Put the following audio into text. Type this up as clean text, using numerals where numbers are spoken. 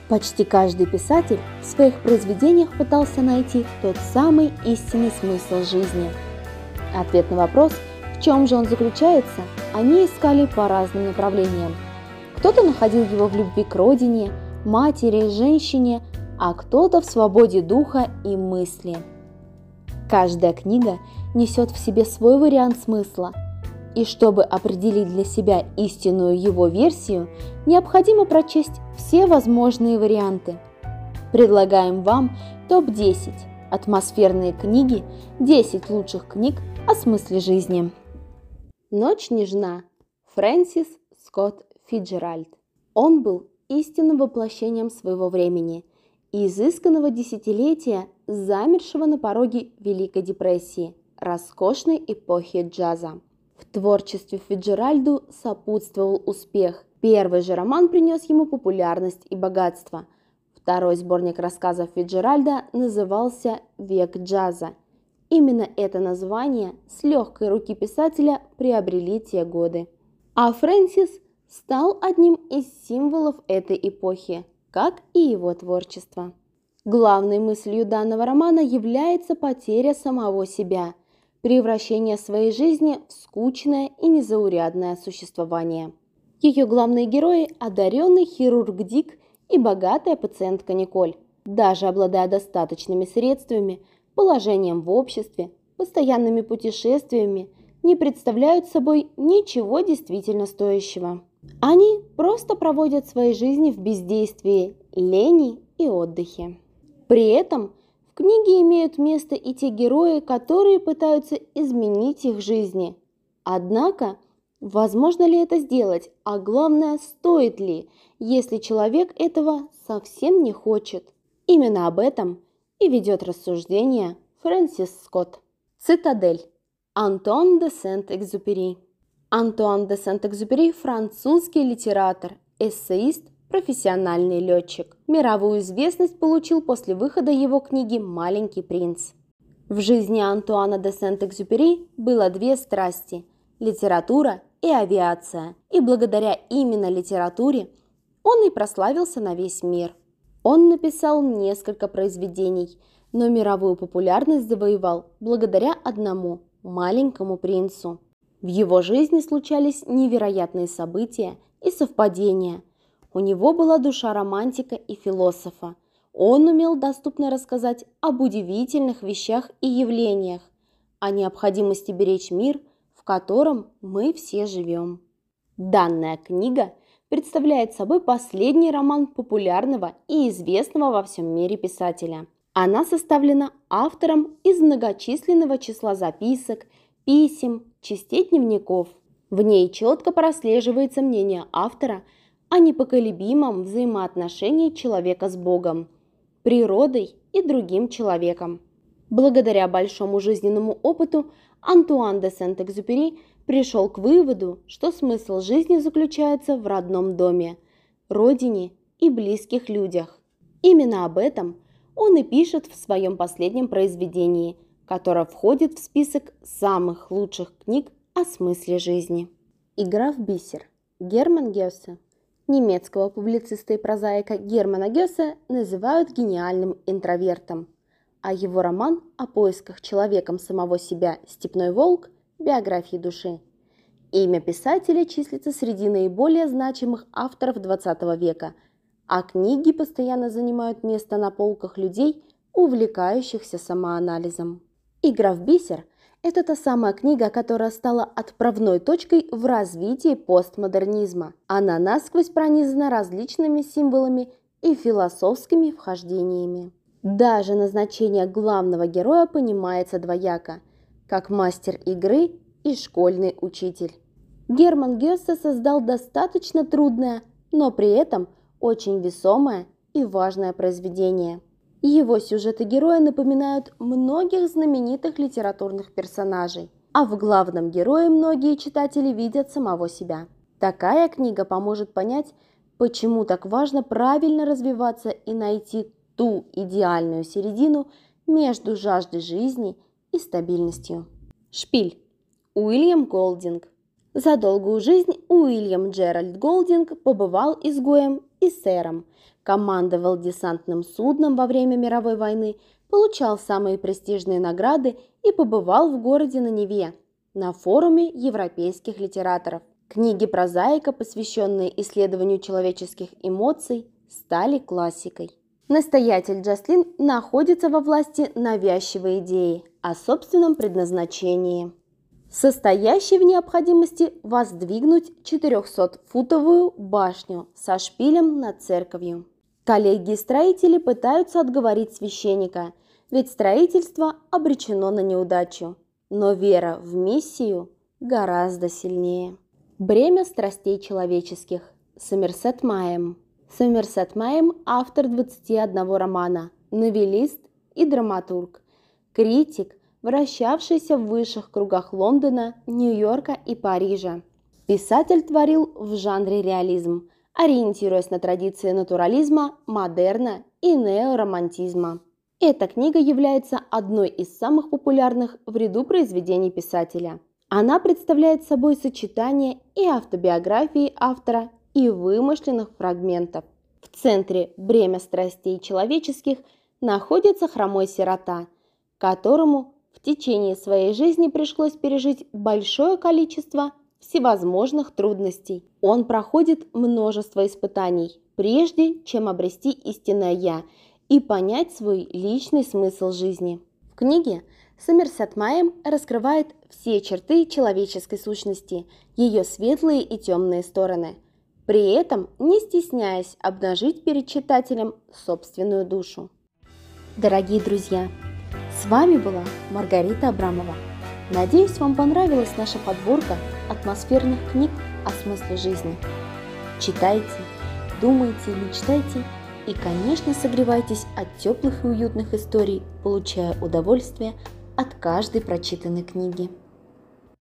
Почти каждый писатель в своих произведениях пытался найти тот самый истинный смысл жизни. Ответ на вопрос, в чем же он заключается, они искали по разным направлениям. Кто-то находил его в любви к родине, матери, женщине, а кто-то в свободе духа и мысли. Каждая книга несет в себе свой вариант смысла, и чтобы определить для себя истинную его версию, необходимо прочесть все возможные варианты. Предлагаем вам топ-10 атмосферные книги, 10 лучших книг о смысле жизни. «Ночь нежна» Фрэнсис Скотт Фицджеральд. Он был истинным воплощением своего времени и изысканного десятилетия, замершего на пороге Великой депрессии, роскошной эпохи джаза. В творчестве Фицджеральду сопутствовал успех. Первый же роман принес ему популярность и богатство. Второй сборник рассказов Фицджеральда назывался «Век джаза». Именно это название с легкой руки писателя приобрели те годы. А Фрэнсис стал одним из символов этой эпохи, как и его творчество. Главной мыслью данного романа является потеря самого себя, превращение своей жизни в скучное и незаурядное существование. Ее главные герои – одаренный хирург Дик и богатая пациентка Николь. Даже обладая достаточными средствами, положением в обществе, постоянными путешествиями, не представляют собой ничего действительно стоящего. Они просто проводят свои жизни в бездействии, лени и отдыхе. При этом в книге имеют место и те герои, которые пытаются изменить их жизни. Однако, возможно ли это сделать, а главное, стоит ли, если человек этого совсем не хочет? Именно об этом и ведет рассуждение Фрэнсис Скотт. Цитадель. Антуан де Сент-Экзюпери. Антуан де Сент-Экзюпери – французский литератор, эссеист, профессиональный летчик. Мировую известность получил после выхода его книги «Маленький принц». В жизни Антуана де Сент-Экзюпери было две страсти – литература и авиация. И благодаря именно литературе он и прославился на весь мир. Он написал несколько произведений, но мировую популярность завоевал благодаря одному – «Маленькому принцу». В его жизни случались невероятные события и совпадения. У него была душа романтика и философа. Он умел доступно рассказать об удивительных вещах и явлениях, о необходимости беречь мир, в котором мы все живем. Данная книга представляет собой последний роман популярного и известного во всем мире писателя. Она составлена автором из многочисленного числа записок, писем, частей дневников. В ней четко прослеживается мнение автора о непоколебимом взаимоотношении человека с Богом, природой и другим человеком. Благодаря большому жизненному опыту Антуан де Сент-Экзюпери пришел к выводу, что смысл жизни заключается в родном доме, родине и близких людях. Именно об этом он и пишет в своем последнем произведении, которое входит в список самых лучших книг о смысле жизни. «Игра в бисер» Герман Гессе. Немецкого публициста и прозаика Германа Гессе называют гениальным интровертом, а его роман о поисках человеком самого себя «Степной волк» – биографии души. Имя писателя числится среди наиболее значимых авторов XX века, а книги постоянно занимают место на полках людей, увлекающихся самоанализом. «Игра в бисер» – это та самая книга, которая стала отправной точкой в развитии постмодернизма. Она насквозь пронизана различными символами и философскими вхождениями. Даже назначение главного героя понимается двояко, как мастер игры и школьный учитель. Герман Гессе создал достаточно трудное, но при этом очень весомое и важное произведение. Его сюжеты героя напоминают многих знаменитых литературных персонажей, а в главном герое многие читатели видят самого себя. Такая книга поможет понять, почему так важно правильно развиваться и найти ту идеальную середину между жаждой жизни и стабильностью. Шпиль. Уильям Голдинг. За долгую жизнь Уильям Джеральд Голдинг побывал изгоем и сэром, командовал десантным судном во время мировой войны, получал самые престижные награды и побывал в городе на Неве, на форуме европейских литераторов. Книги прозаика, посвященные исследованию человеческих эмоций, стали классикой. Настоятель Джаслин находится во власти навязчивой идеи о собственном предназначении, состоящей в необходимости воздвигнуть 400-футовую башню со шпилем над церковью. Коллеги-строители пытаются отговорить священника, ведь строительство обречено на неудачу, но вера в миссию гораздо сильнее. Бремя страстей человеческих. Сомерсет Мaugham. Сомерсет Мaugham – автор 21 романа, новеллист и драматург, критик, вращавшийся в высших кругах Лондона, Нью-Йорка и Парижа. Писатель творил в жанре реализм, ориентируясь на традиции натурализма, модерна и неоромантизма. Эта книга является одной из самых популярных в ряду произведений писателя. Она представляет собой сочетание и автобиографии автора, и вымышленных фрагментов. В центре «Бремя страстей человеческих» находится хромой сирота, которому в течение своей жизни пришлось пережить большое количество всевозможных трудностей. Он проходит множество испытаний, прежде чем обрести истинное «Я» и понять свой личный смысл жизни. В книге Сомерсет Мaugham раскрывает все черты человеческой сущности, ее светлые и темные стороны, при этом не стесняясь обнажить перед читателем собственную душу. Дорогие друзья, с вами была Маргарита Абрамова. Надеюсь, вам понравилась наша подборка атмосферных книг о смысле жизни. Читайте, думайте, мечтайте и, конечно, согревайтесь от теплых и уютных историй, получая удовольствие от каждой прочитанной книги.